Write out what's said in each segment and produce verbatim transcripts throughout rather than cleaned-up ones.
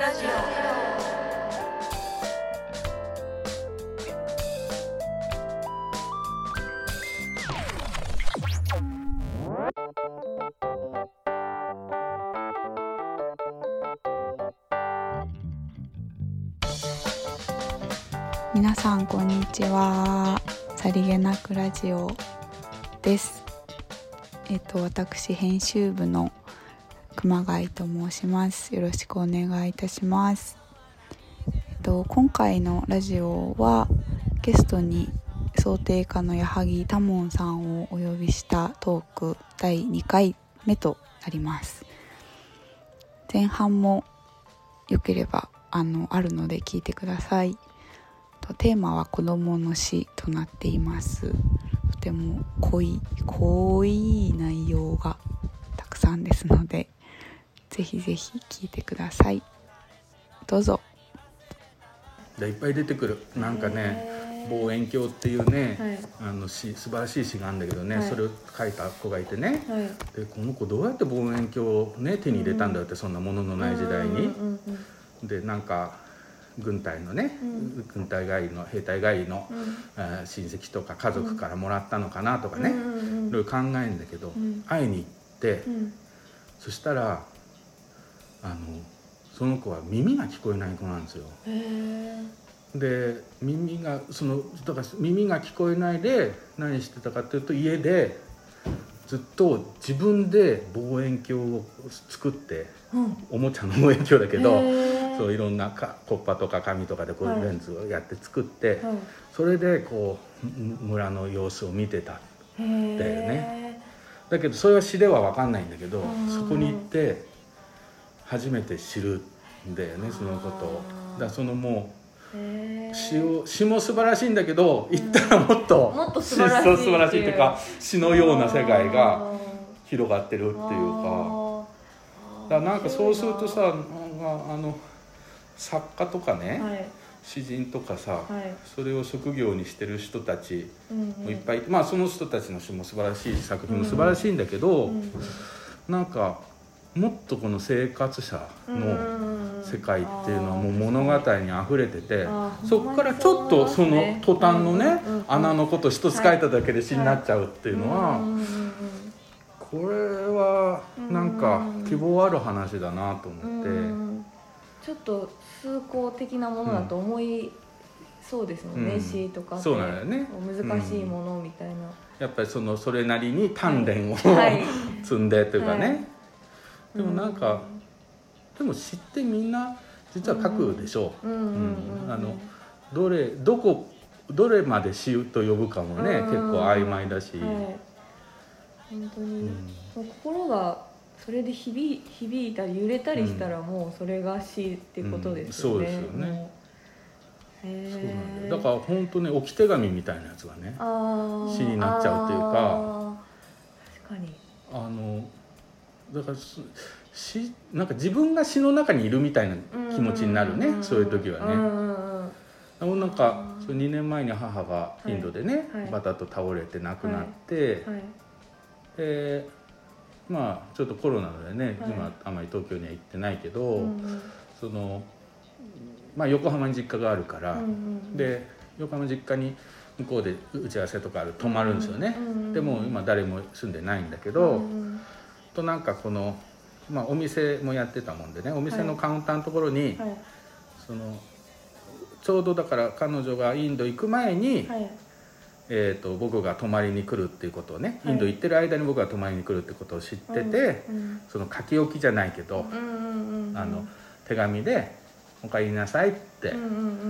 ラジオ。皆さんこんにちは。さりげなくラジオです。えっと私編集部の熊谷と申します。よろしくお願いいたします。えっと今回のラジオはゲストに想定家の矢作多聞さんをお呼びしたトークだいにかいめとなります。前半もよければあのあるので聞いてください。テーマは子どもの死となっています。とても濃い濃い内容がたくさんですので、ぜひぜひ聞いてください。どうぞ。 いっぱい出てくる。なんかね、望遠鏡っていうね、はい、あの詩素晴らしい詩があるんだけどね、はい、それを書いた子がいてね、はい、でこの子どうやって望遠鏡を、ね、手に入れたんだよって、そんなもののない時代に、でなんか軍隊のね、うん、軍隊帰りの兵隊帰りの、うんえー、親戚とか家族からもらったのかなとかね、うん、いろいろ考えるんだけど、うん、会いに行って、うん、そしたらあのその子は耳が聞こえない子なんですよ。へで耳がそのだから耳が聞こえないで何してたかというと、家でずっと自分で望遠鏡を作って、うん、おもちゃの望遠鏡だけど、そういろんなかコッパとか紙とかでこういうレンズをやって作って、はい、それでこう村の様子を見てたんだよね。だけどそれは詩では分かんないんだけど、そこに行って初めて知るんだよね、そのことを。だからそのもう詩を詩も素晴らしいんだけど、言ったらもっと、うん、もっと素晴らしい素晴らしいっていうか、詩のような世界が広がってるっていうか。だからなんかそうするとさ、なんかあの作家とかね、はい、詩人とかさ、はい、それを職業にしてる人たちもいっぱいいて、うんうん、まあその人たちの詩も素晴らしい、作品も素晴らしいんだけど、うんうん、なんかもっとこの生活者の世界っていうのはもう物語にあふれてて、そこからちょっとその途端のね、うんうん、穴のこと一つ書いただけで詩になっちゃうっていうのは、これはなんか希望ある話だなと思って。 ちょっと崇高的なものだと思いそうですもんね、詩、うん、とかって。そうなんだよね、難しいものみたいな、うん、 やっぱりそのそれなりに鍛錬を、はい、積んでというかね、はい、でもなんか、うん、でも詩ってみんな実は書くでしょう。どれどこどれまで詩と呼ぶかもね、結構曖昧だし、はい、 本当に、うん、心がそれで 響, 響いたり揺れたりしたら、もうそれが詩ってことですよね、うんうん、そうですよね。 へそうなんだよ。だから本当ね、置き手紙みたいなやつがね詩になっちゃうっていうか、 確かにあのだから詩なんか自分が詩の中にいるみたいな気持ちになるね、うんうんうん、そういう時はね。うんうん、なんかにねんまえに母がインドでね、はいはい、バタッと倒れて亡くなって、はいはい、でまあちょっとコロナでね、はい、今あまり東京には行ってないけど、うん、そのまあ横浜に実家があるから、うんうん、で横浜実家に向こうで打ち合わせとかある泊まるんですよね、うんうん、でも今誰も住んでないんだけど、うんうん、となんかこの、まあ、お店もやってたもんでね、お店のカウンターのところに、はい、そのちょうどだから彼女がインド行く前に、はい、えー、と僕が泊まりに来るっていうことをね、インド行ってる間に僕が泊まりに来るってことを知ってて、うんうん、その書き置きじゃないけど、うんうんうん、あの手紙で「お帰りなさい」って、うんうんうん、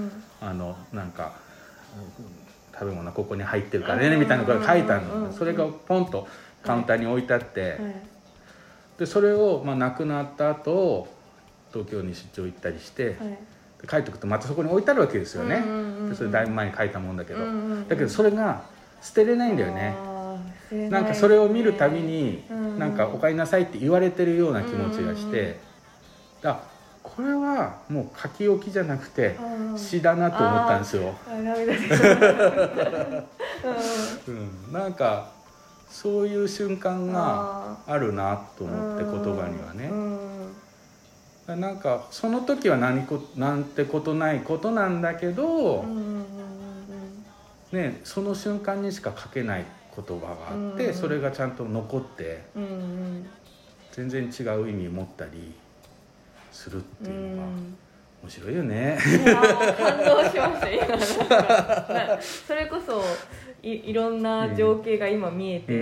あのなんか食べ物ここに入ってるからね、うんうん、みたいなことが書いてあるの、うんうん、それがポンとカウンターに置いてあって、はいはい、でそれを、まあ、亡くなった後東京に出張行ったりして、はい、帰ってくるとまたそこに置いてあるわけですよね、うんうんうん、でそれだいぶ前に書いたもんだけど、うんうんうん、だけどそれが捨てれないんだよね。なんかそれを見るたびに、うん、なんかお帰りなさいって言われてるような気持ちがして、うん、あこれはもう書き置きじゃなくて詩だなと思ったんですよ。うん、なんかそういう瞬間があるなと思って、言葉にはね。 なんかその時は何こなんてことないことなんだけど、うんうんうんうん、ね、その瞬間にしか書けない言葉があって、うんうん、それがちゃんと残って、うんうん、全然違う意味を持ったりするっていうのが面白いよね。 いや感動しました今。なんかそれこそ い, いろんな情景が今見えて、うん、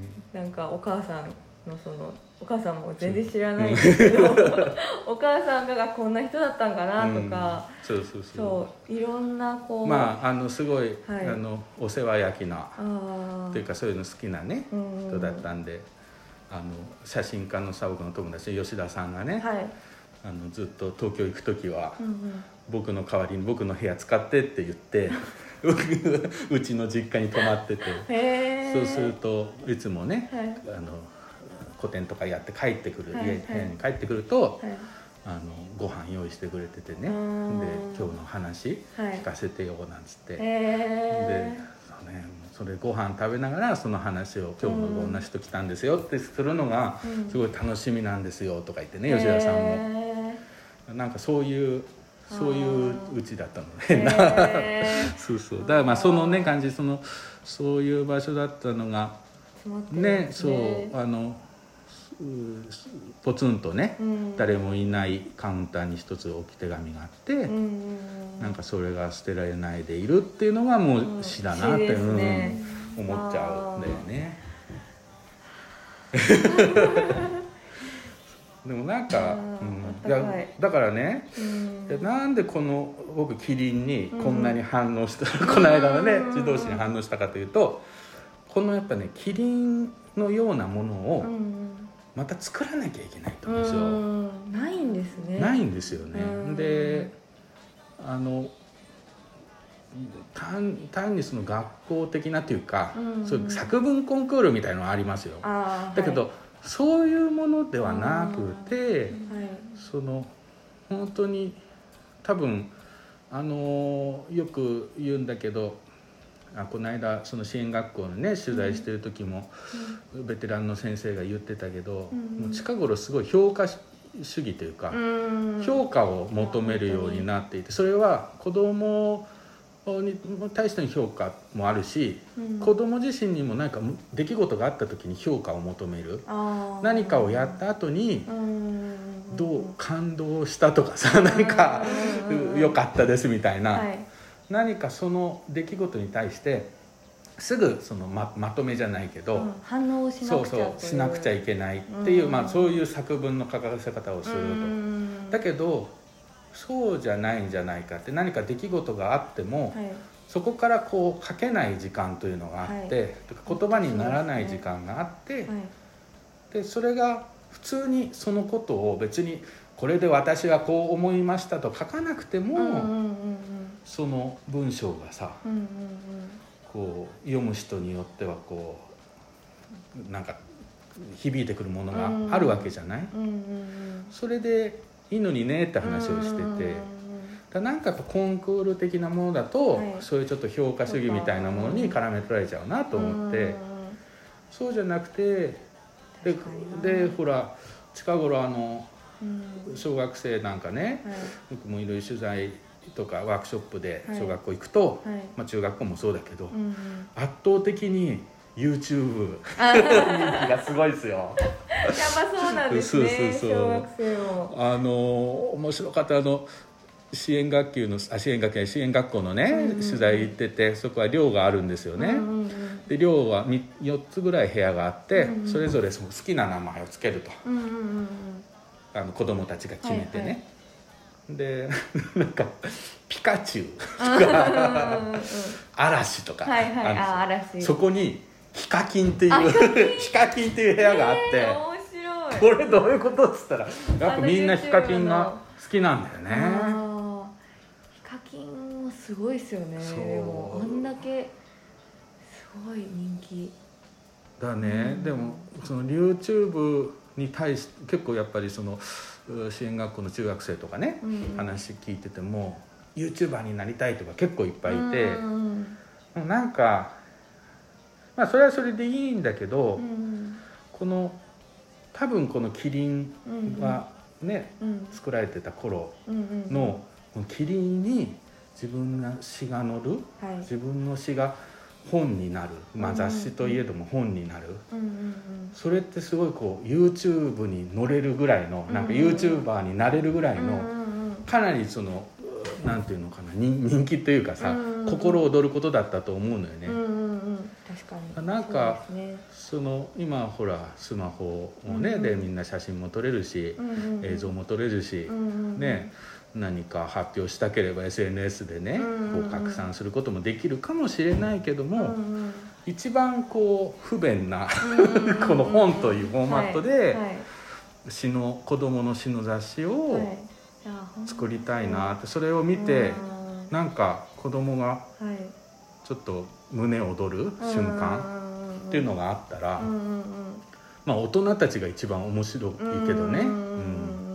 なんかお母さんのそのお母さんも全然知らないんですけどお母さんがこんな人だったんかなとか、うん、そうそうそうそういろんなこうまああのすごい、はい、あのお世話焼きなというかそういうの好きなね、うんうん、人だったんで、あの写真家の僕の友達吉田さんがね、はい、あのずっと東京行く時は、うんうん、僕の代わりに僕の部屋使ってって言ってうちの実家に泊まってて、そうするといつもね、はい、あの個展とかやって帰ってくる、はい、家部屋に帰ってくると、はい、あのご飯用意してくれててね、で今日の話聞かせてよなんつって、はい、でそう、ね、それご飯食べながらその話を今日もこんな人来たんですよってするのがすごい楽しみなんですよとか言ってね、吉田さんもなんかそういうそういううちだったのねそうそうだからまあそのね感じそのそういう場所だったのがね、そうあのポツンとね、うん、誰もいないカウンターに一つ置き手紙があって、うん、なんかそれが捨てられないでいるっていうのがもう詩だなって、うんね、うん、思っちゃうんだよねでもなんか、うん、だ, だからね、うん、なんでこの僕キリンにこんなに反応した、うん、この間のね自動詞に反応したかというと、このやっぱねキリンのようなものをまた作らなきゃいけないと思うんですよ。 うんないんですね。 ないんですよね。で、あの 単, 単にその学校的なというか、うん、そういう作文コンクールみたいなのがありますよ。だけど、はい、そういうものではなくて、はい、その本当に多分あのよく言うんだけど、あこの間その支援学校のね取材してる時も、うん、ベテランの先生が言ってたけど、うん、もう近頃すごい評価主義というか、うん、評価を求めるようになっていて、それは子供に対しての評価もあるし、うん、子供自身にも何か出来事があった時に評価を求める、何かをやった後にどう感動したとかさ、何か良かったですみたいな、はい、何かその出来事に対してすぐその ま, まとめじゃないけど、うん、 反応しなくちゃそうそうしなくちゃいけないっていう、うんまあ、そういう作文の書かせ方をすると、うん、だけどそうじゃないんじゃないかって、何か出来事があっても、はい、そこからこう書けない時間というのがあって、はい、言葉にならない時間があって、はい、でそれが普通にそのことを別にこれで私はこう思いましたと書かなくても、うんうんうんうん、その文章がさ、うんうんうん、こう読む人によってはこうなんか響いてくるものがあるわけじゃない、うんうんうん、それでいいのにねって話をしてて、うんうんうん、だなんかやっぱコンクール的なものだと、はい、そういうちょっと評価主義みたいなものに絡め取られちゃうなと思って、うん、そうじゃなくてで, でほら近頃あの小学生なんかね、はい、僕もいろいろ取材とかワークショップで小学校行くと、はいはいまあ、中学校もそうだけど、うんうん、圧倒的に YouTube 人気がすごいですよ。 やっぱそうなんですね。そうそうそう小学生もあの面白かったあの支援学級のあ支援学級支援学校のね、うんうん、取材行ってて、そこは寮があるんですよね、うんうんうん、で寮はよっつぐらい部屋があって、うんうん、それぞれその好きな名前をつけると、うんうんうん、あの子供たちが決めてね、はいはい、でなんかピカチュウとか嵐とか、はいはい、あ嵐そこにヒカキンっていうヒカキンっていう部屋があって、えー、面白いこれどういうことっつったらやっぱみんなヒカキンが好きなんだよね。 あヒカキンもすごいですよね。でもあんだけすごい人気だね、うん、でもその YouTube に対して結構やっぱりその支援学校の中学生とかね、うん、話聞いてても YouTuber になりたいとか結構いっぱいいて、うん、なんかまあそれはそれでいいんだけど、うん、この多分このキリンはね、 うん、 作られてた頃ののキリンに自分の詩が載る、はい、自分の詩が本になる、まあ、雑誌といえども本になる、うんうんうん、それってすごいこう YouTube に載れるぐらいの、なんか YouTuber になれるぐらいの、うんうんうん、かなりそのなんていうのかな、人気というかさ、うんうんうん、心躍ることだったと思うのよね、うんうんうん、確かになんか そ,、ね、その今ほらスマホをね、うんうん、でみんな写真も撮れるし、うんうんうん、映像も撮れるし、うんうんうん、ね、何か発表したければ エスエヌエス でね、うんうんうん、こう拡散することもできるかもしれないけども、うんうん、一番こう不便なこの本というフォーマットで、はいはい、詩の子どもの詩の雑誌を作りたいなって、それを見てなんか子どもがちょっと胸躍る瞬間っていうのがあったら、うんうんうん、まあ大人たちが一番面白いけどね、うんうん、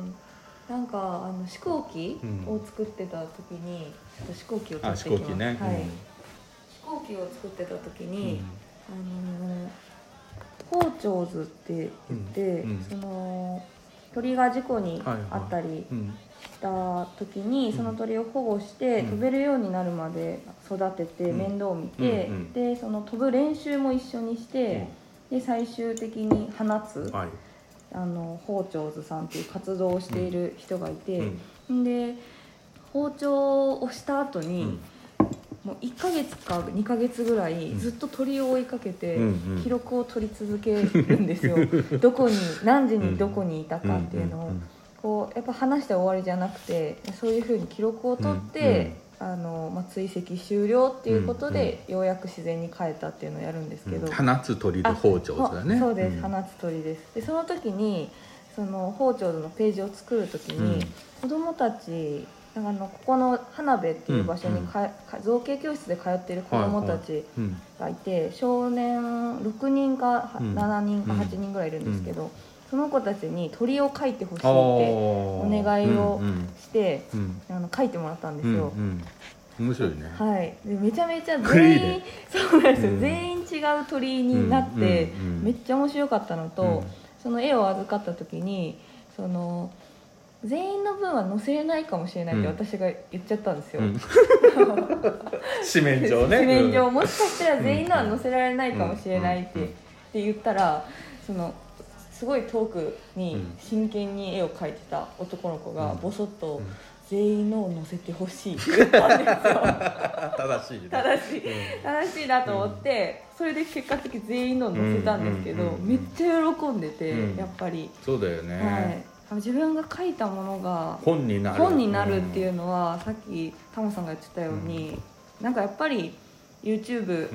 なんかあの飛行機を作ってた時に、うん、飛行機を撮ってきます。 あ、飛行機ね、はい、うん、 飛行機を作ってた時に、うん、あの宝長図って言って、うんうん、その鳥が事故にあったりした時に、はいはい、その鳥を保護して、うん、飛べるようになるまで育てて、うん、面倒を見て、うんうん、でその飛ぶ練習も一緒にして、うん、で最終的に放つ、はい、あの宝長図さんっていう活動をしている人がいて、うん、で包丁をした後に、うん、もういっかげつかにかげつぐらいずっと鳥を追いかけて記録を取り続けるんですよ、うんうん、どこに何時にどこにいたかっていうのをこうやっぱ話して終わりじゃなくて、そういうふうに記録を取って、うんうん、あのまあ、追跡終了っていうことで、うんうん、ようやく自然に帰ったっていうのをやるんですけど、うん、 放つ鳥で宝長図だね。 そうです、放つ鳥です。でその時にその宝長図のページを作る時に、うん、子どもたちあのここの花部っていう場所にか、うん、造形教室で通っている子どもたちがいて、はいはい、少年ろくにんかしちにんかはちにんぐらいいるんですけど、うん、その子たちに鳥を描いてほしいってお願いをして、うんうん、あの描いてもらったんですよ、うんうん、面白いね、 はい、でめちゃめちゃ全員そうなんですよ、うん、全員違う鳥になって、うんうんうん、めっちゃ面白かったのと、うん、その絵を預かった時にその全員の分は載せれないかもしれないって私が言っちゃったんですよ、うん、 紙面上ね紙面上、もしかしたら全員のは載せられないかもしれないって、うん、って言ったらそのすごい遠くに真剣に絵を描いてた男の子がボソッと、うんうん、全員のを載せてほしいって言ったんですよ正しい、ね、 正しい、うん、正しいなと思って、うん、それで結果的に全員のを載せたんですけど、うんうんうんうん、めっちゃ喜んでて、うん、やっぱりそうだよね、 はい、自分が書いたものが本になる、 本になるっていうのは、うん、さっきタモさんが言ってたように、うん、なんかやっぱり YouTube、うん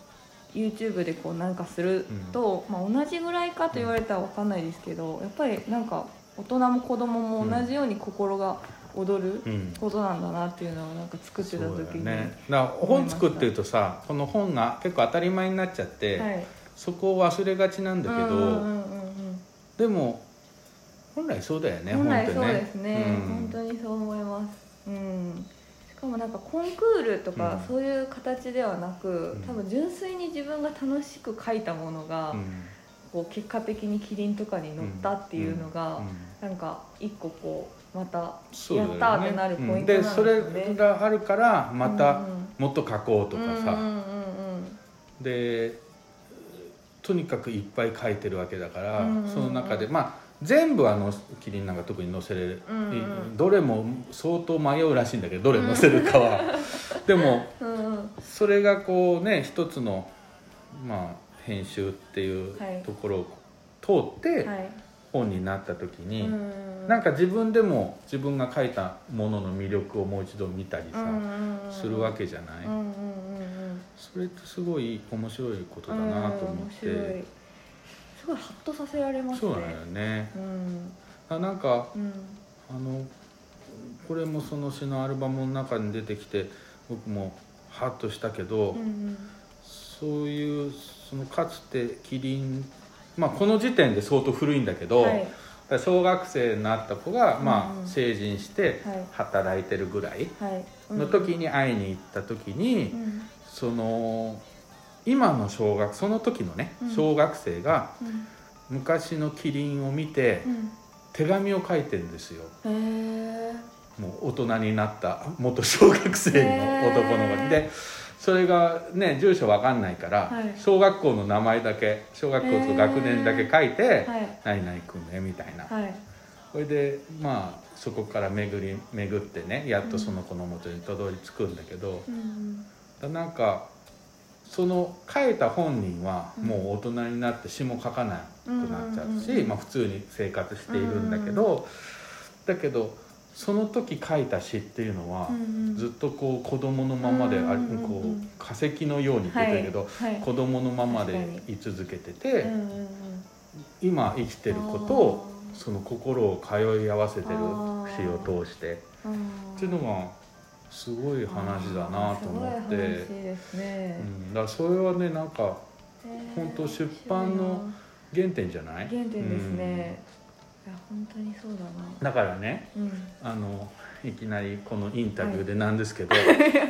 、YouTube でこうなんかすると、うん、まあ、同じぐらいかと言われたら分かんないですけど、やっぱりなんか大人も子供も同じように心が踊ることなんだなっていうのをなんか作ってた時に、うん、ね、 だから本作ってるとさ、この本が結構当たり前になっちゃって、はい、そこを忘れがちなんだけど、うんうんうんうん、でも本来そうだよね。 本来そうですね、うん、本当にそう思います、うん、しかもなんかコンクールとかそういう形ではなく、うん、多分純粋に自分が楽しく書いたものが、うん、こう結果的にキリンとかに載ったっていうのが、うんうん、なんか一個こうまたやったーってなるポイントなんですね。 でそれがあるからまたもっと書こうとかさ、でとにかくいっぱい書いてるわけだから、うんうんうん、その中でまあ全部あのキリンなんか特に載せれる、うんうん、どれも相当迷うらしいんだけど、どれ載せるかは、うん、でも、うん、それがこうね一つの、まあ、編集っていうところを通って本になった時に、はい、なんか自分でも自分が書いたものの魅力をもう一度見たりさ、うんうん、するわけじゃない、うんうんうん、それってすごい面白いことだなと思って、うん、 すごいハッとさせられますね。 そうだよね、うん、あなんか、うん、あのこれもその詩のアルバムの中に出てきて僕もハッとしたけど、うんうん、そういうそのかつてキリン、まあ、この時点で相当古いんだけど、はい、小学生になった子が、まあ、成人して働いてるぐらいの時に会いに行った時に、うん、その今の小学その時のね小学生が昔のキリンを見て、 手紙を書いてるんですよ。 へー。 もう大人になった元小学生の男の子で、それがね住所わかんないから、はい、小学校の名前だけ小学校と学年だけ書いて「何々くんね」みたいな、はい、それでまあそこから巡り巡ってねやっとその子の元にたどり着くんだけど、うん、なんかその書いた本人はもう大人になって詩も書かなくなっちゃうし、まあ、普通に生活しているんだけど、だけどその時書いた詩っていうのは、うんうん、ずっとこう子供のままで、うんうんうん、こう化石のように出てるけど、はいはい、子供のままで居続けてて、うんうんうん、今生きてることをその心を通い合わせてる詩を通してっていうのがすごい話だなと思って、 ですね、 うん、だからそれはねなんか本当出版の原点じゃない？ 原点ですね、うん、いや本当にそうだな。 だからね、うん、あのいきなりこのインタビューでなんですけど、はい、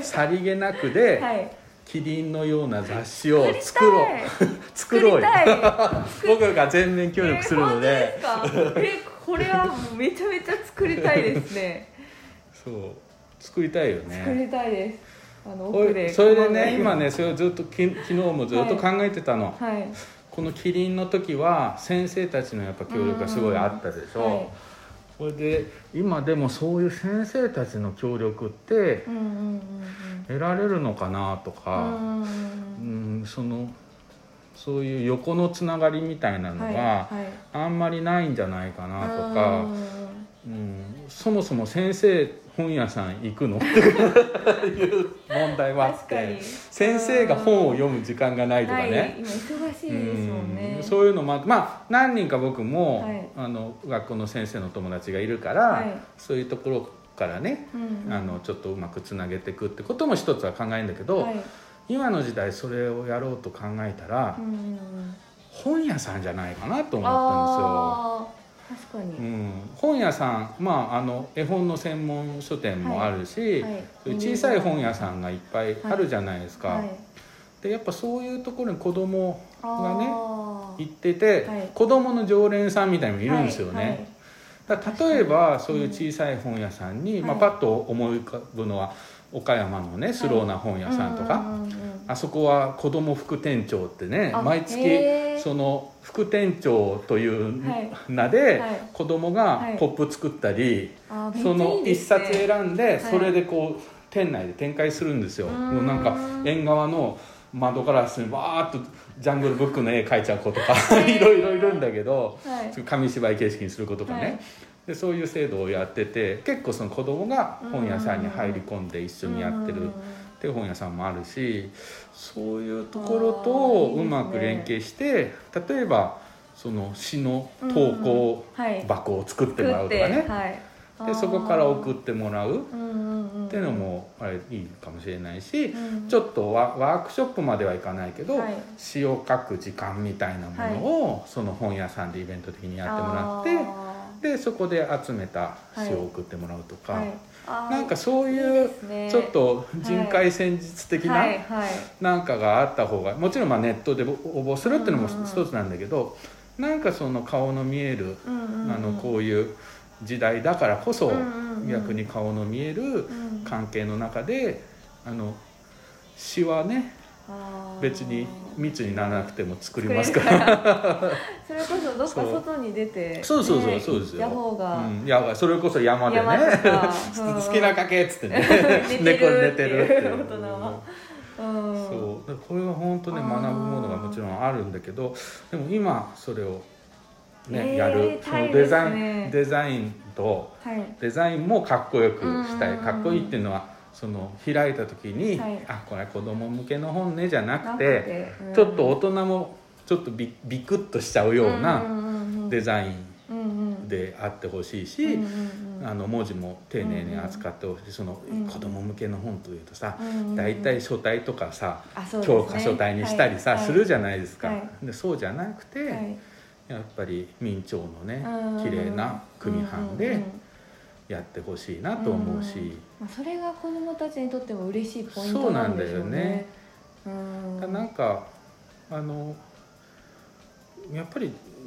さりげなくで、はい、キリンのような雑誌を作ろう作ろうよ僕が全面協力するので、 えー、本当ですか？えこれはもうめちゃめちゃ作りたいですねそう作りたいよね。 作りたいです。あの奥でそれでね今ねそれをずっとき昨日もずっと考えてたの、はいはい、このキリンの時は先生たちのやっぱ協力がすごいあったでしょ、はい、それで今でもそういう先生たちの協力って得られるのかなとか、うんうん、そのそういう横のつながりみたいなのがあんまりないんじゃないかなとか、うん、そもそも先生本屋さん行くのっていう問題はあって、先生が本を読む時間がないとかね、はい、 今忙しいですもんね、 うん、そういうのもまあ何人か僕も、はい、あの学校の先生の友達がいるから、はい、そういうところからね、うんうん、あのちょっとうまくつなげていくってことも一つは考えるんだけど、はい、今の時代それをやろうと考えたら、うんうん、本屋さんじゃないかなと思ったんですよ。 確かに、 うん、本屋さん、まあ、あの絵本の専門書店もあるし、はいはい、そういう小さい本屋さんがいっぱいあるじゃないですか、はいはい、でやっぱそういうところに子供がね行ってて、はい、子供の常連さんみたいにもいるんですよね、はいはい、だから例えばそういう小さい本屋さんに、うんまあ、パッと思い浮かぶのは岡山のねスローな本屋さんとか、はいうんうんうん、あそこは子供副店長ってね毎月その副店長という名で子供がポップ作ったり、はいはい、その一冊選んでそれでこう店内で展開するんですよ、はい、もうなんか縁側の窓ガラスにバーッとジャングルブックの絵描いちゃう子とかいろいろいるんだけど、はい、紙芝居形式にする子とかね、はいでそういう制度をやってて結構その子供が本屋さんに入り込んで一緒にやってるっていう本屋さんもあるし、そういうところとうまく連携して例えばその詩の投稿箱を作ってもらうとかね、でそこから送ってもらうっていうのもあれいいかもしれないし、ちょっとワークショップまではいかないけど詩を書く時間みたいなものをその本屋さんでイベント的にやってもらってでそこで集めた詩を送ってもらうとか、はいはい、なんかそういうちょっと人海戦術的ななんかがあった方がもちろんまあネットで応募するっていうのも一つなんだけど、なんかその顔の見えるあのこういう時代だからこそ逆に顔の見える関係の中であの詩はね別に密にならなくても作りますからそれこそどっか外に出てそうそうそうそうですよ、 や方が、 うん、いやそれこそ山でね好きなかけっつってね寝てるっていう大人は、うん、 そうこれは本当ね学ぶものがもちろんあるんだけどでも今それをね、えー、やるそのデザイン、ね、デザインと、はい、デザインもかっこよくしたい、かっこいいっていうのはその開いた時に、はい、あこれ子供向けの本ねじゃなくて、うん、ちょっと大人もちょっとビビクッとしちゃうようなデザインであってほしいし、あの文字も丁寧に扱ってほしい。その子供向けの本というとさ、だいたい書体とかさ、ね、教科書体にしたりさ、はい、するじゃないですか、はい、でそうじゃなくて、はい、やっぱり明朝のね綺麗な組版でやってほしいなと思うし、うんまあ、 それが子どもたちにとっても嬉しいポイントなんでしょうね。 そうなんだよね。うんなんかあのやっぱり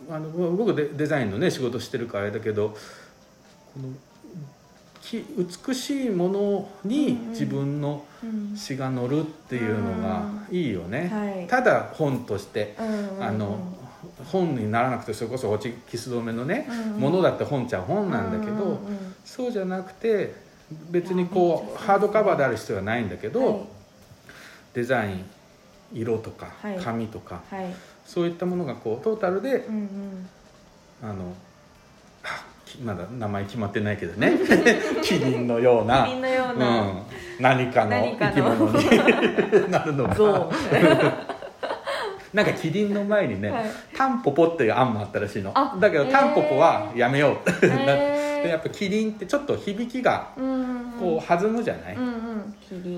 あの僕デデザインのね仕事してるからあれだけど、このき美しいものに自分の詩が乗るっていうのがいいよね、 うんうんはい、ただ本として、 うんうんうん、 あの本にならなくて、それこそ落ちキス止めのね、うんうん、ものだって本ちゃ本なんだけど、うんうんうん、そうじゃなくて別にこうハードカバーである必要はないんだけど、はい、デザイン色とか紙とか、はいはい、そういったものがこうトータルで、うんうん、あのまだ名前決まってないけどねキリンのような、 キリンのような、 うん、何かの生き物になるのがなんかキリンの前にね、はい、タンポポっていう案もあったらしいのだけど、タンポポはやめようでやっぱキリンってちょっと響きがこう弾むじゃない、うんうん、 キリン、うんうん、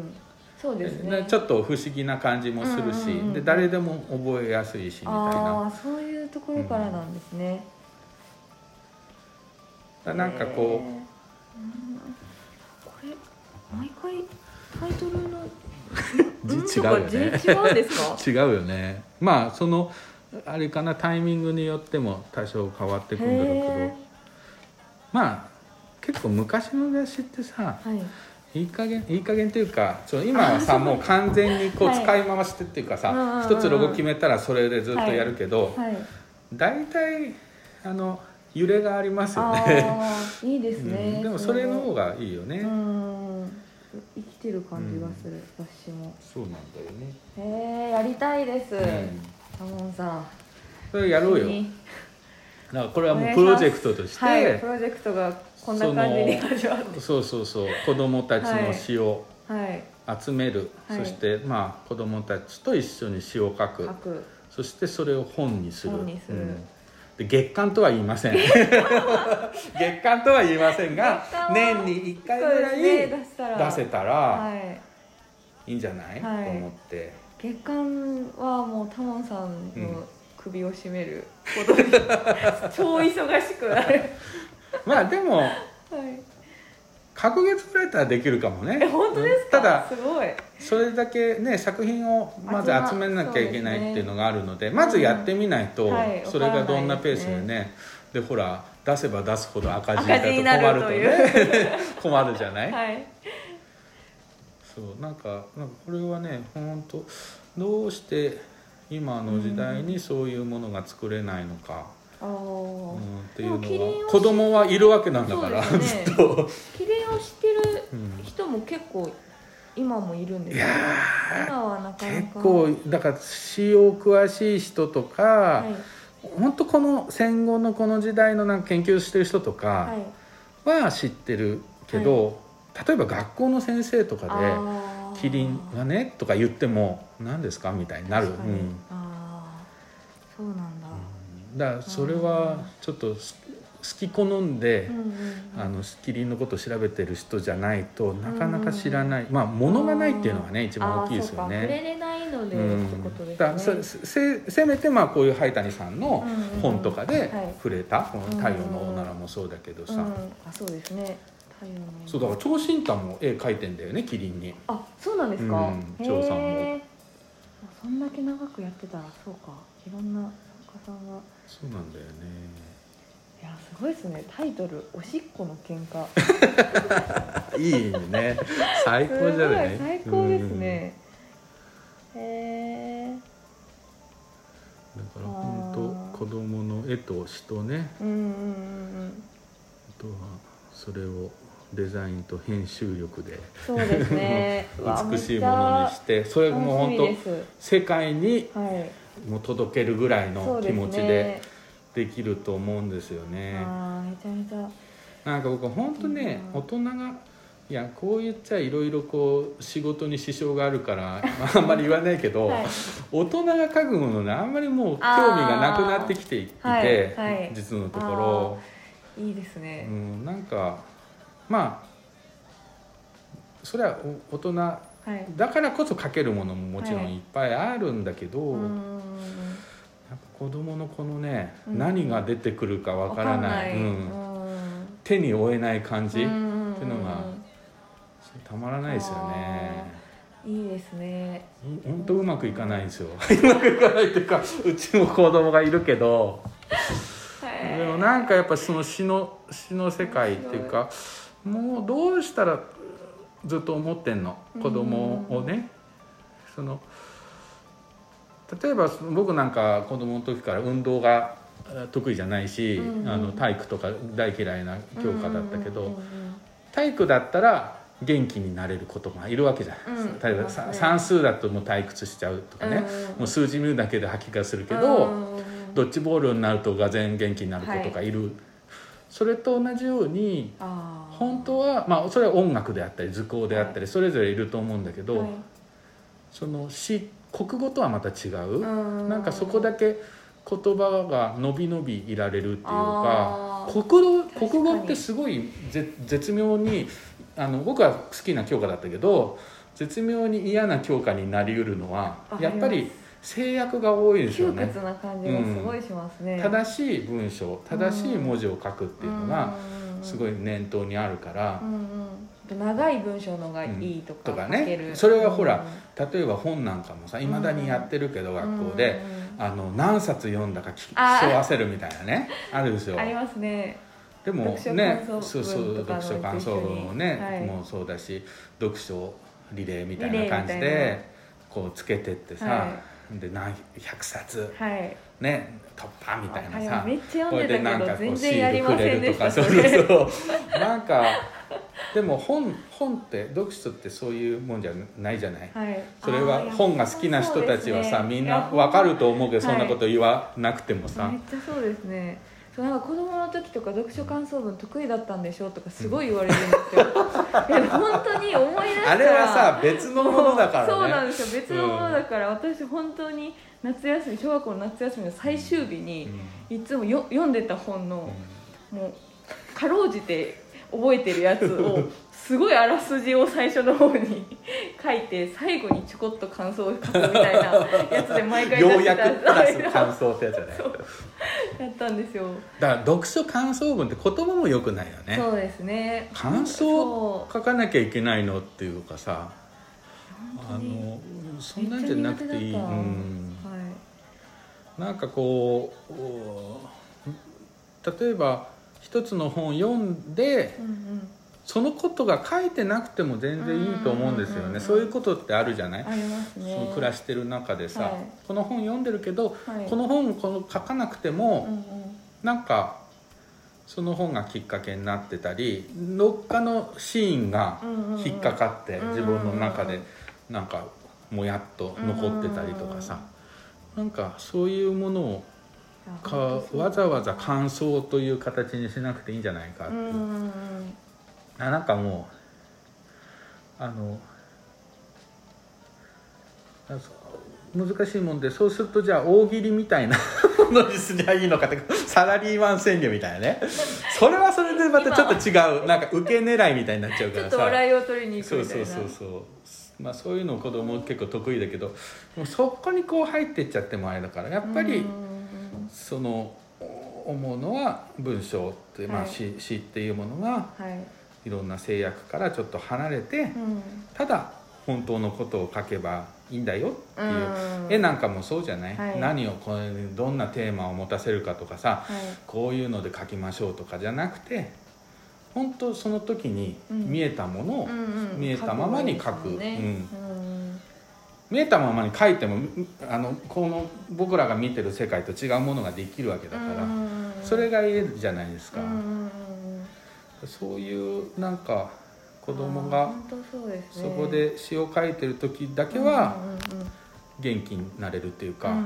そうですね、 ちょっと不思議な感じもするし、うんうんうん、で誰でも覚えやすいしみたいな、 あそういうところからなんですね、 うん、なんかこう、 うん、これ毎回タイトルの字違うよね字違うんですか違うよね。まあそのあれかな、タイミングによっても多少変わってくるんだろうけど、まあ結構昔の雑誌ってさ、はい、いい加減いい加減というか、ちょ今はさもう完全にこう使い回してっていうかさ、はい、一つロゴ決めたらそれでずっとやるけど、はいはい、大体あの揺れがありますよね。 あいいですね、 うん、でもそれの方がいいよね。 うん生きてる感じがする、うん、雑誌も。 そうなんだよね。 へえやりたいです、うん、タモンさんそれやろうよ。だからこれはもうプロジェクトとして、 はい、プロジェクトがこんな感じに始まって、 そうそうそう子どもたちの詩を集める、 はいはい、 そしてまあ子どもたちと一緒に詩を書く、 書く、 そしてそれを本にする。 本にする、うんで月間とは言いません月間とは言いませんが年にいっかいぐらい出せたらいいんじゃない、はい、と思って。 月間はもうタモンさんの首を絞めることで、うん、超忙しくなるまあでも、はい、隔月くらいだったらできるかもね。 え本当ですか。 ただすごいそれだけね作品をまず集めなきゃいけないっていうのがあるので、まずやってみないと、うんはい、それがどんなペースでね、でほら出せば出すほど赤字だと困るとね困るじゃない、はい、そうなんか、なんかこれはね本当どうして今の時代にそういうものが作れないのか、うんうん、っていうのは子供はいるわけなんだから、ね、ずっとキリンを知ってる人も結構今もいるんですけど、今はなかなか結構だから詩を詳しい人とか、はい、本当この戦後のこの時代のなんか研究してる人とかは知ってるけど、はい、例えば学校の先生とかでキリンがねとか言っても何ですかみたいになる。うん、 あそうなんだ、 うん、だからそれはちょっと好き好んで、うんうんうん、あのキリンのことを調べてる人じゃないとなかなか知らない、うんうん、まあ物がないっていうのがね一番大きいですよね。 触れれないので、うん、ってことですね。 だせ, せめてまあこういう灰谷さんの本とかで触れた、うんうんはい、この太陽のオナラもそうだけどさ、うんうん、 あそうですね。太陽のそうだから長新太も絵描いてんだよねキリンに。 あそうなんですか。 うん、長さんもそんだけ長くやってたらそうかいろんな作家さんが。 そうなんだよね。 いやすごいですね。タイトルおしっこの喧嘩いいね最高じゃない。 最高ですね。へえだから本当子供の絵と詩とね、うんうんうん、あとはそれをデザインと編集力でそうですね美しいものにして、それも本当世界にもう届けるぐらいの気持ちでできると思うんですよね。 あめちゃめちゃなんか僕本当ね、うん、大人がいやこう言っちゃいろいろこう仕事に支障があるから、まあ、あんまり言わないけど、はい、大人が描くものねあんまりもう興味がなくなってきていて、はいはい、実のところいいですね、 うん、なんかまあそれは大人だからこそ描けるものももちろんいっぱいあるんだけど、はい、やっぱ子供のこのね、うん、何が出てくるかわからない、うん、手に負えない感じっていうのがたまらないですよね。 いいですね。 本当うまくいかないんですようまくいかないっていうかうちも子供がいるけどでもなんかやっぱその詩の詩の世界っていうかもうどうしたらずっと思ってんの子供をね。その例えば僕なんか子供の時から運動が得意じゃないし、うんうん、あの体育とか大嫌いな教科だったけど、うんうんうんうん、体育だったら元気になれる子とかいるわけじゃないですか、うん、例えば、ね、算数だともう退屈しちゃうとかね、うんうん、もう数字見るだけで吐き気がするけど、うんうん、ドッジボールになるとがぜん元気になる子とかいる、はい、それと同じように本当は、まあ、それは音楽であったり図工であったりそれぞれいると思うんだけど、はい、その詩国語とはまた違う、うん、なんかそこだけ言葉が伸び伸びいられるっていうか国語、国語ってすごい絶妙にあの僕は好きな教科だったけど絶妙に嫌な教科になりうるのはやっぱり制約が多いですよね。 窮屈な感じがすごいしますね、 うん、正しい文章正しい文字を書くっていうのがすごい念頭にあるから、うんうん、長い文章のがいいとか、 うん、とかねそれはほら、うん、例えば本なんかもさいまだにやってるけど、うん、学校で、うん、あの何冊読んだか競わせるみたいなね あ, あるんですよ。 ありますね。 でもねそうそう読書感想文もね、はい、もうそうだし読書リレーみたいな感じでこうつけてってさ、はい、で何百冊、はい、ね突破みたいなさ、 めっちゃ読んでたけど全然やりませんでした。 そうそうそうなんかでも 本, 本って読書ってそういうもんじゃないじゃない、はい、それは本が好きな人たちはさ、ね、みんな分かると思うけどそんなこと言わなくてもさ、 はい、めっちゃそうですね。なんか子供の時とか読書感想文得意だったんでしょとかすごい言われるんですよ、うん、本当に思い出したらあれはさ別のものだからね。 そうなんですよ別のものだから、うん、私本当に夏休み小学校の夏休みの最終日に、うん、いつもよ読んでた本の、うん、もうかろうじて覚えてるやつをすごいあらすじを最初の方に書いて最後にちょこっと感想を書くみたいなやつで毎回出してたようやくプラス感想ってやつじゃないやったんですよ。 だから読書感想文って言葉も良くないよね。 そうですね。 感想を書かなきゃいけないのっていうかさあのそんなんじゃなくていい、うんはい、なんかこう例えば一つの本を読んで、うんうん、そのことが書いてなくても全然いいと思うんですよね、うんうんうん、そういうことってあるじゃない。 ありますね。 その暮らしてる中でさ、はい、この本読んでるけど、はい、この本この書かなくても、うんうん、なんかその本がきっかけになってたりどっかのシーンが引っかかって、うんうんうん、自分の中でなんかもやっと残ってたりとかさ、うんうんうん、なんかそういうものをかわざわざ感想という形にしなくていいんじゃないかっていう、うんうんうん、あなんかもうあの難しいもんでそうするとじゃあ大喜利みたいなものにすりゃいいのかってサラリーマン宣言みたいなねそれはそれでまたちょっと違うなんか受け狙いみたいになっちゃうからさちょっと笑いを取りに行くみたいな。 そうそうそうそうまあ、そういうの子供結構得意だけどもうそこにこう入っていっちゃってもあれだからやっぱりその思うのは文章って、まあ、詩、詩っていうものがいろんな制約からちょっと離れて、ただ本当のことを書けばいいんだよっていう、絵なんかもそうじゃない、はい、何をこれどんなテーマを持たせるかとかさ、はい、こういうので書きましょうとかじゃなくて本当その時に見えたものを見えたままに書く、見えたままに書いてもあのこの僕らが見てる世界と違うものができるわけだから、それが絵じゃないですか。そういうなんか子供がそこで詩を書いてる時だけは元気になれるっていうか、あの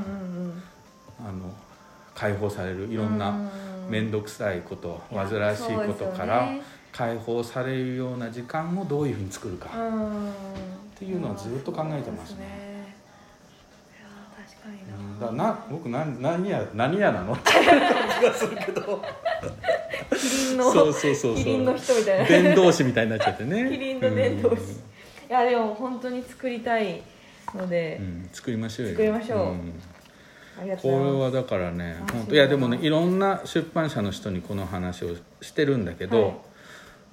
解放されるいろんな面倒くさいこと煩わしいことから解放されるような時間をどういうふうに作るかっていうのをずっと考えてますね。だからな僕何何や何やなのっていう感じがするけどキリンのそうそうそうそうキリンの人みたいな伝道師みたいになっちゃってねキリンの伝道師、うん、いやでも本当に作りたいので、うん、 作りましょうよ作りましょう、うん、ありがとうございます。 これはだからね本当いやでもねいろんな出版社の人にこの話をしてるんだけど、はい、不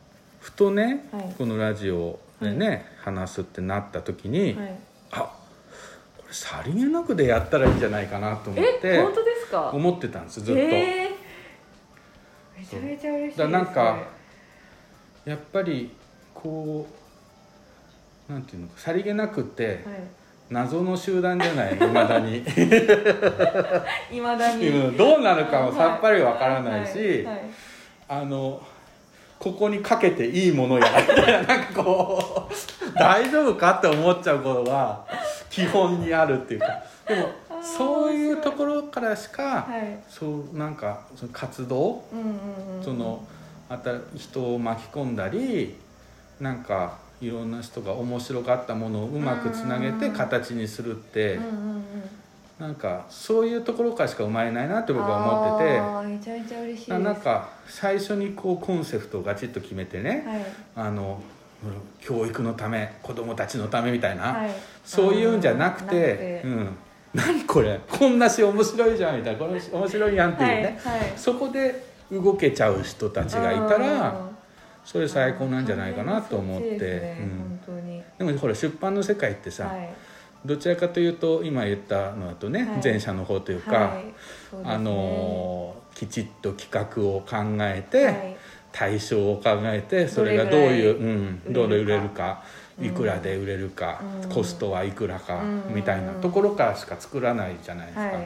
ふとね、 はい、 このラジオでね、はい、話すってなった時に、はい、あ、これさりげなくでやったらいいんじゃないかなと思ってえ本当ですか思ってたんですずっと、 えー、めちゃめちゃ嬉しいですね。 だなんかやっぱりこうなんていうのかさりげなくて、はい、謎の集団じゃないいまだにいまだにどうなるかもさっぱりわからないし、はいはいはい、あのここにかけていいものやみたいななんかこう大丈夫かって思っちゃうことが基本にあるっていうか、でもそういうところからしか、はい、そうなんかその活動、うんうんうん、そのまた人を巻き込んだりなんかいろんな人が面白がったものをうまくつなげて形にするって、うんうんうん、なんかそういうところからしか生まれないなって僕は思ってて、 あめちゃめちゃ嬉しいです。 なんか最初にこうコンセプトをガチッと決めてね、はい、あの教育のため子供たちのためみたいな、はい、そういうんじゃなくて、うん、何これこんなし面白いじゃんみたいなこれ面白いやんっていうね、はいはい、そこで動けちゃう人たちがいたらそれ最高なんじゃないかなと思って、 ね、うん、本当に。 でもほら出版の世界ってさ、はい、どちらかというと今言ったのだとね、はい、前者の方というか、はい、そうですね、あのきちっと企画を考えて、はい、対象を考えてそれがどういう、うん、どれ売れるか、いくらで売れるか、うん、コストはいくらか、うん、みたいなところからしか作らないじゃないですか、はい、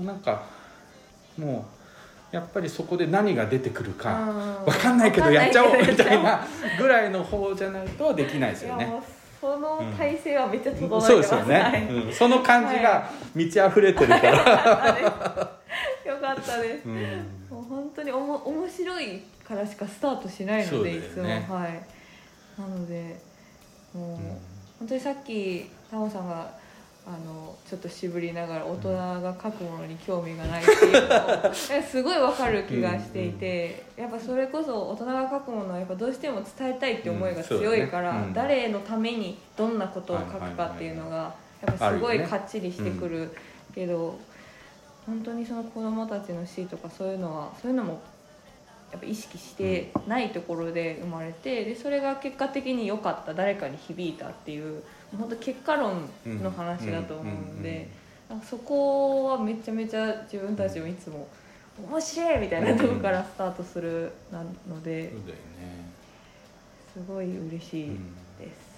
なんかもうやっぱりそこで何が出てくるか分かんないけどやっちゃおうみたいなぐらいの方じゃないとできないですよね。 その体勢はめっちゃ整えてます、 うん、そうですよね、うん、その感じが満ち溢れてるから、 はい、よかったです、うん、もう本当におも面白いからしかスタートしないので、ね、いつも、はい、なのでもう、うん、本当にさっきタモさんがあのちょっと渋りながら大人が書くものに興味がないっていうのをすごい分かる気がしていて、やっぱそれこそ大人が書くものはやっぱどうしても伝えたいって思いが強いから、うんねうん、誰のためにどんなことを書くかっていうのがやっぱすごいかっちりしてくるけど、本当にその子どもたちの死とかそういうのはそういうのもやっぱ意識してないところで生まれて、でそれが結果的に良かった、誰かに響いたっていう本当結果論の話だと思うので、そこはめちゃめちゃ自分たちもいつも面白いみたいなところからスタートするなので、 そうだよね、 すごい嬉しいです、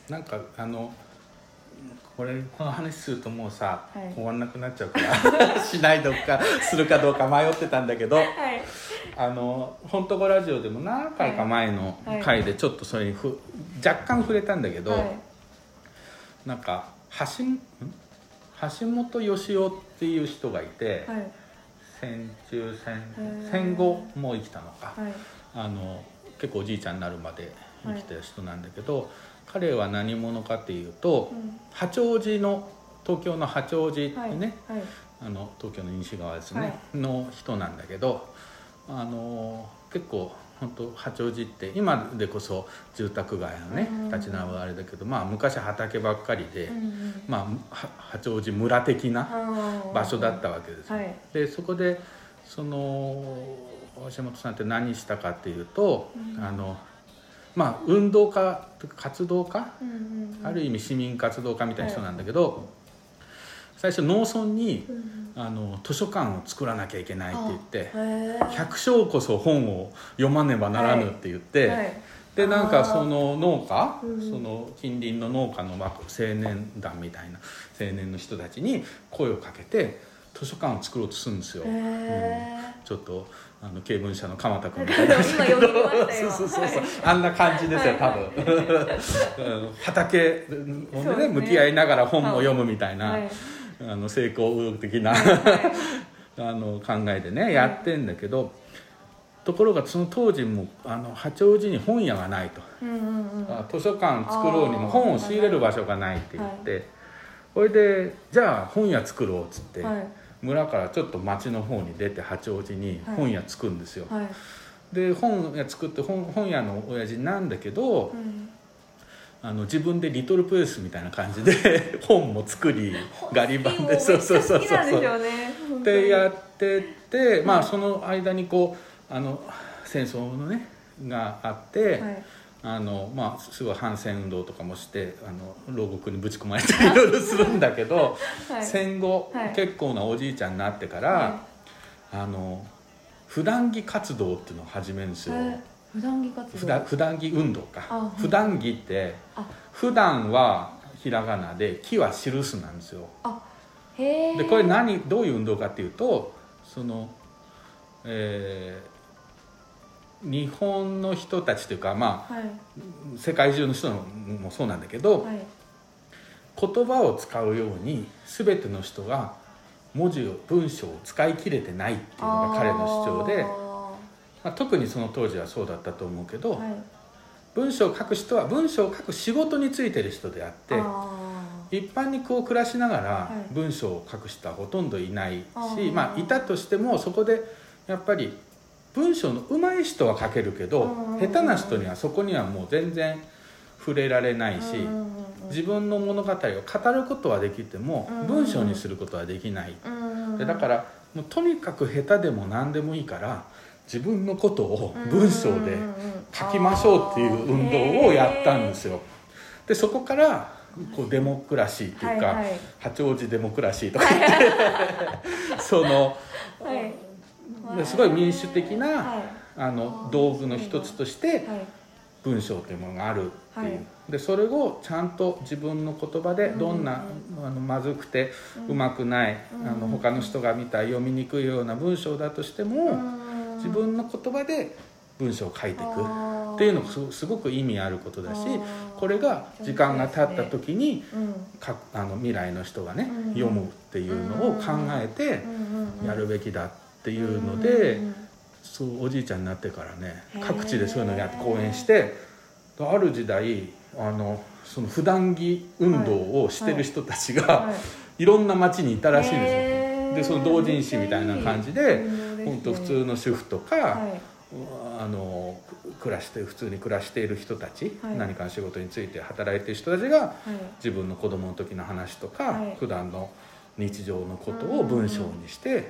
うん、なんかあのこれこの話するともうさ、はい、終わんなくなっちゃうからしないどっかするかどうか迷ってたんだけど、はい、あの本当ごラジオでも何回か前の回でちょっとそれにふ若干触れたんだけど、はい、なんか橋ん橋本義夫っていう人がいて、はい、戦中戦戦後もう生きたのか、はい、あの結構おじいちゃんになるまで生きた人なんだけど、はい、彼は何者かっていうと、うん、八王子の東京の八王子ってね、はいはい、あの東京の西側ですね、はい、の人なんだけど、あの結構本当八王子って今でこそ住宅街のね、うん、立ち並ぶあれだけど、まあ、昔畑ばっかりで、うん、まあ、八王子村的な場所だったわけです、はい、でそこでその橋本さんって何したかっていうと、うん、あのまあ、運動家活動家、うんうんうん、ある意味市民活動家みたいな人なんだけど、はい、最初農村に、うん、あの図書館を作らなきゃいけないって言ってひゃく章こそ本を読まねばならぬって言って、はいはい、でなんかその農家、うん、その近隣の農家の青年団みたいな青年の人たちに声をかけて図書館を作ろうとするんですよ、うん、ちょっとあの経文社の鎌田君みたいな人けどそうそうそうそう、あんな感じですよ多分、はい、畑を ね, ね向き合いながら本も読むみたいな、はい、あの成功右翼的な、はい、あの考えでね、はい、やってんだけど、ところがその当時もあの八王子に本屋がないと、うんうんうん、図書館作ろうにも本を仕入れる場所がないって言って、はい、それでじゃあ本屋作ろうっつって、はい、村からちょっと町の方に出て八王子に本屋作るんですよ、はいはい、で本屋作って 本, 本屋の親父なんだけど、うん、あの自分でリトルプレスみたいな感じで本も作りガリ版でそうそうそうそうってやってて、まあその間にこうあの戦争のねがあって、 はいあのまあ、すごい反戦運動とかもしてあの牢獄にぶち込まれたりいろいろするんだけど、はい、戦後、はい、結構なおじいちゃんになってから、はい、あの普段着活動っていうのを始めるんですよ。 普段着活動普段着運動か。普段着って普段はひらがなで木は印なんですよ。 あへでこれ何どういう運動かっていうとその、えー、日本の人たちというか、まあはい、世界中の人もそうなんだけど、はい、言葉を使うように全ての人が文字を文章を使い切れてないっていうのが彼の主張で、まあ、特にその当時はそうだったと思うけど、はい、文章を書く人は文章を書く仕事についてる人であって一般にこう暮らしながら文章を書く人はほとんどいないし、まあいたとしてもそこでやっぱり文章の上手い人は書けるけど下手な人にはそこにはもう全然触れられないし自分の物語を語ることはできても文章にすることはできない。でだからもうとにかく下手でも何でもいいから自分のことを文章で書きましょうっていう運動をやったんですよ。でそこからこうデモクラシーっていうか、はいはい、八王子デモクラシーとか言ってその、はい、すごい民主的な、はい、あの道具の一つとして文章というものがあるっていう、はい、でそれをちゃんと自分の言葉でどんな、うん、あのまずくてうまくない、うん、あの他の人が見た読みにくいような文章だとしても、うん、自分の言葉で文章を書いていくっていうのがすごく意味あることだしこれが時間が経った時にかあの未来の人がね読むっていうのを考えてやるべきだっていうのでそうおじいちゃんになってからね各地でそういうのをやって講演してある時代あのその普段着運動をしてる人たちがいろんな町にいたらしいんですよ。でその同人誌みたいな感じで本当普通の主婦とかあの暮らして普通に暮らしている人たち、はい、何かの仕事について働いている人たちが、はい、自分の子供の時の話とか、はい、普段の日常のことを文章にして、うんうん、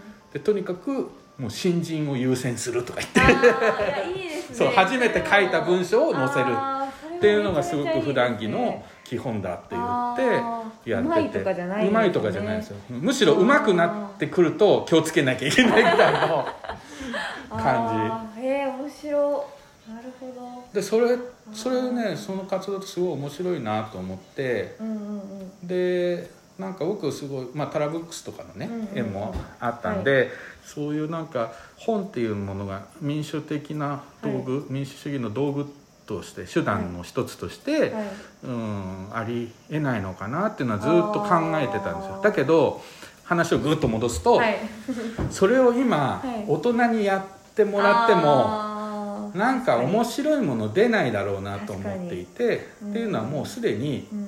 でとにかくもう新人を優先するとか言っていいですね、 そう初めて書いた文章を載せるっていうのがすごく普段着の基本だって言ってやっててうまいとかじゃないですよ。むしろうまくなってくると気をつけなきゃいけないぐらいの感じ。えー、面白い。なるほど。 でそれそれねその活動ってすごい面白いなと思って、うんうんうん、でなんか僕すごい、まあ、タラブックスとかのね、うんうん、絵もあったんで、はい、そういうなんか本っていうものが民主的な道具、はい、民主主義の道具として手段の一つとして、はいうん、ありえないのかなっていうのはずっと考えてたんですよ。だけど話をぐっと戻すと、はい、それを今、はい、大人にやってもらってもなんか面白いもの出ないだろうなと思っていてっていうのはもうすでに、うん、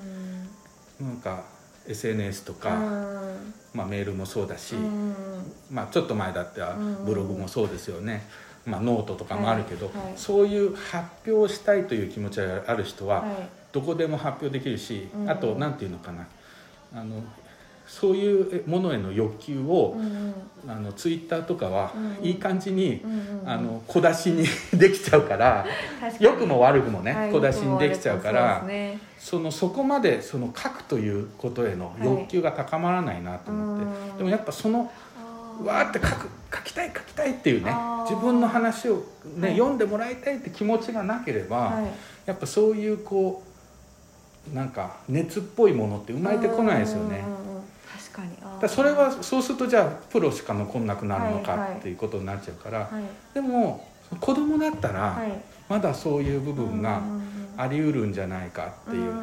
なんかエスエヌエス とか、まあ、メールもそうだし、まあ、ちょっと前だったらブログもそうですよね、まあ、ノートとかもあるけど、はいはい、そういう発表したいという気持ちがある人はどこでも発表できるし、はい、あと何て言うのかなあのそういうものへの欲求を、うんうん、あのツイッターとかはいい感じに、うんうん、あの小出しにできちゃうから良くも悪くもね、はい、小出しにできちゃうから、そうですね、そのそこまでその書くということへの欲求が高まらないなと思って、はい、でもやっぱそのわーって書く書きたい書きたいっていうね自分の話を、ねはい、読んでもらいたいって気持ちがなければ、はい、やっぱそういうこうなんか熱っぽいものって生まれてこないですよね。 確かにだそれはそうするとじゃあプロしか残んなくなるのかっていうことになっちゃうから、はいはい、でも子供だったらまだそういう部分があり得るんじゃないかっていう、だ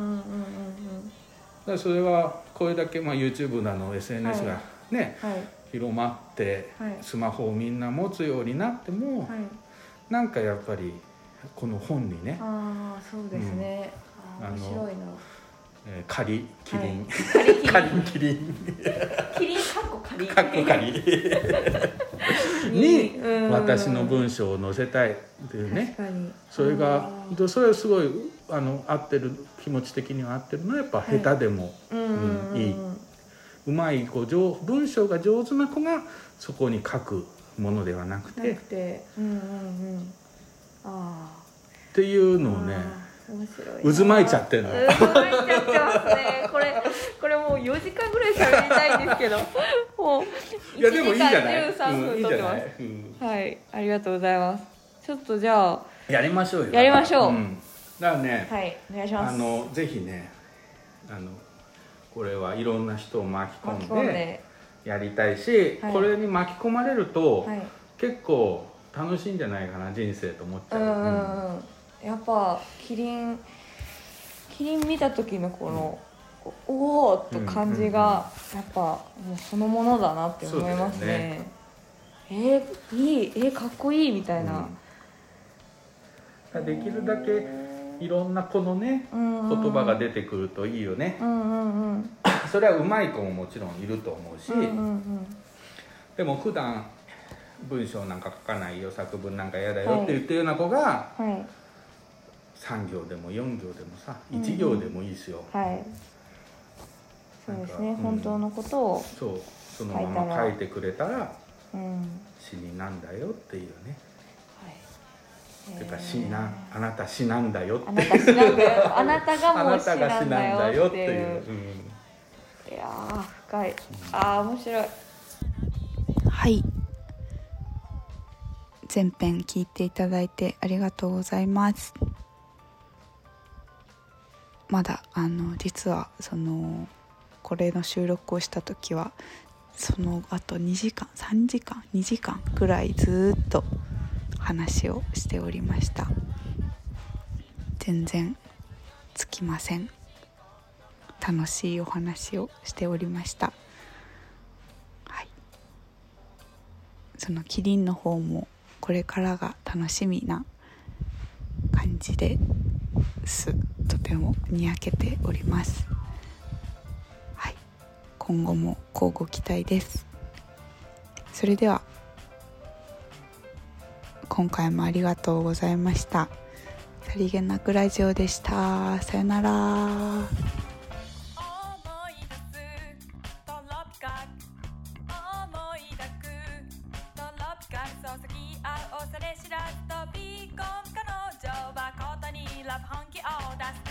からそれはこれだけまあ YouTube なの エスエヌエス がね、はいはい、広まってスマホをみんな持つようになっても、はい、なんかやっぱりこの本にね、 あそうですね、うん、あ面白いな、 えー、仮キリン、 はい、仮キリンキリンかっこ仮かっこ仮に私の文章を載せたいっていうね、それがそれはすごいあの合ってる気持ち的には合ってるのはやっぱ下手でも、はいうん、いい、うまいこう上文章が上手な子がそこに書くものではなくて、なくて、うんうんうん、 あっていうのをね面白い渦巻いちゃってるの渦巻いちゃってますねこれこれもうよじかんぐらい喋りたいんですけどもういちじかんじゅうさんぷん撮ってます、うん、はいありがとうございます。ちょっとじゃあやりましょうよやりましょう、うん、 だからね、 はい、お願いします。あのぜひねあのこれはいろんな人を巻き込ん で, 込んでやりたいし、はい、これに巻き込まれると、はい、結構楽しいんじゃないかな人生と思っちゃう、うんうんうん、やっぱキリンキリン見た時のこの、うん、おおって感じがやっぱもうそのものだなって思いますね。ねえー、いいえー、かっこいいみたいな、 うん、できるだけいろんなこのね、うんうん、言葉が出てくるといいよね、 うんうんうん、 それは上手い子ももちろんいると思うし、うんうんうん、でも普段文章なんか書かないよ作文なんか嫌だよって言ってるような子が、はいはい、さん行でもよん行でもさいち行でもいいですよ、 うんうんはい、そうですね、うん、本当のことをそうそのまま書いてくれたら、うん、死になんだよっていうね、てか死なあなた死なんだよっていう、あなた死なんだよあなたがもう死なんだよっていう、うん、いやー深い、あー面白い。 はい前編聞いていただいてありがとうございます。まだあの実はそのこれの収録をした時はその後にじかんさんじかんにじかんぐらいずっと話をしておりました。全然つきません。楽しいお話をしておりました。はい、そのキリンの方もこれからが楽しみな感じです。とてもにやけております。はい、今後も乞うご期待です。それでは今回もありがとうございました。さりげなくラジオでした。さよなら。注ぎ合う恐れ知らず飛び込む彼女はことにラブ本気を出す